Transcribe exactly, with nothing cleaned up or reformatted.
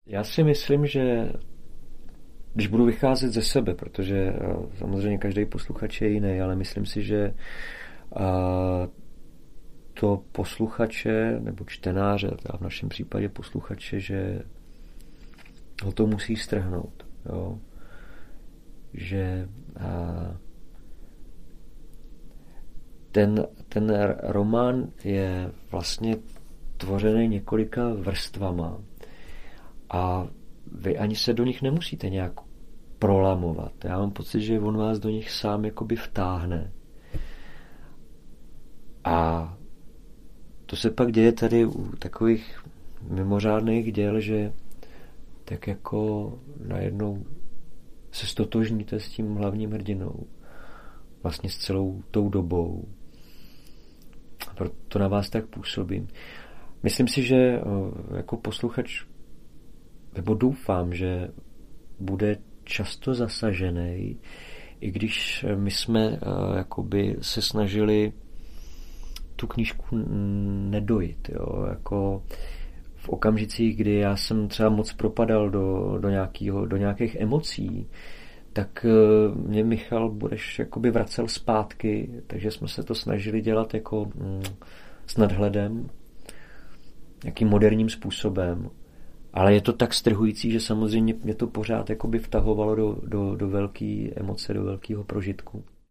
Já si myslím, že když budu vycházet ze sebe, protože samozřejmě každý posluchač je jiný, ale myslím si, že to posluchače nebo čtenáře, a v našem případě posluchače, že ho to musí strhnout. Jo? Že ten, ten román je vlastně tvořený několika vrstvama a vy ani se do nich nemusíte nějak prolamovat. Já mám pocit, že on vás do nich sám jakoby vtáhne. A to se pak děje tady u takových mimořádných děl, že tak jako najednou se stotožníte s tím hlavním hrdinou. Vlastně s celou tou dobou. A proto na vás tak působí. Myslím si, že jako posluchač, nebo doufám, že bude často zasažený, i když my jsme jakoby se snažili tu knížku nedojít. Jo? Jako v okamžicích, kdy já jsem třeba moc propadal do, do, nějakýho, do nějakých emocí, tak mě Michal Bureš jakoby vracel zpátky, takže jsme se to snažili dělat jako mm, s nadhledem, nějakým moderním způsobem. Ale je to tak strhující, že samozřejmě mě to pořád jakoby vtahovalo do, do, do velké emoce, do velkého prožitku.